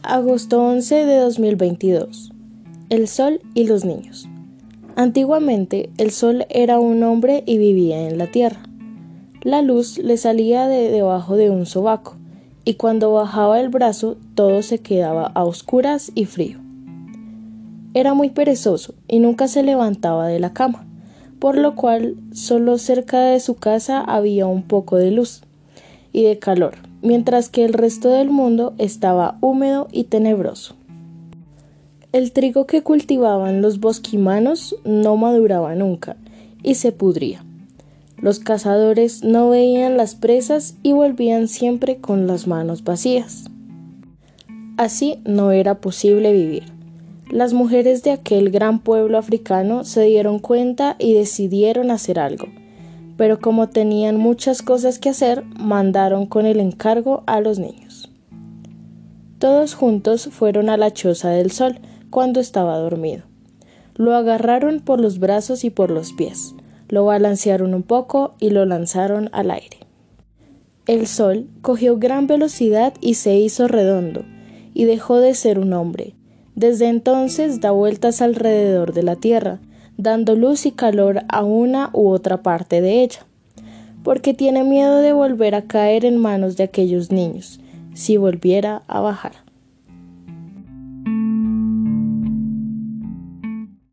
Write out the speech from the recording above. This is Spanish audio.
Agosto 11 de 2022. El sol y los niños. Antiguamente, el sol era un hombre y vivía en la tierra. La luz le salía de debajo de un sobaco, y cuando bajaba el brazo todo se quedaba a oscuras y frío. Era muy perezoso y nunca se levantaba de la cama, por lo cual solo cerca de su casa había un poco de luz y de calor, mientras que el resto del mundo estaba húmedo y tenebroso. El trigo que cultivaban los bosquimanos no maduraba nunca y se pudría. Los cazadores no veían las presas y volvían siempre con las manos vacías. Así no era posible vivir. Las mujeres de aquel gran pueblo africano se dieron cuenta y decidieron hacer algo, pero como tenían muchas cosas que hacer, mandaron con el encargo a los niños. Todos juntos fueron a la choza del sol cuando estaba dormido. Lo agarraron por los brazos y por los pies, lo balancearon un poco y lo lanzaron al aire. El sol cogió gran velocidad y se hizo redondo, y dejó de ser un hombre. Desde entonces da vueltas alrededor de la tierra, dando luz y calor a una u otra parte de ella, porque tiene miedo de volver a caer en manos de aquellos niños, si volviera a bajar.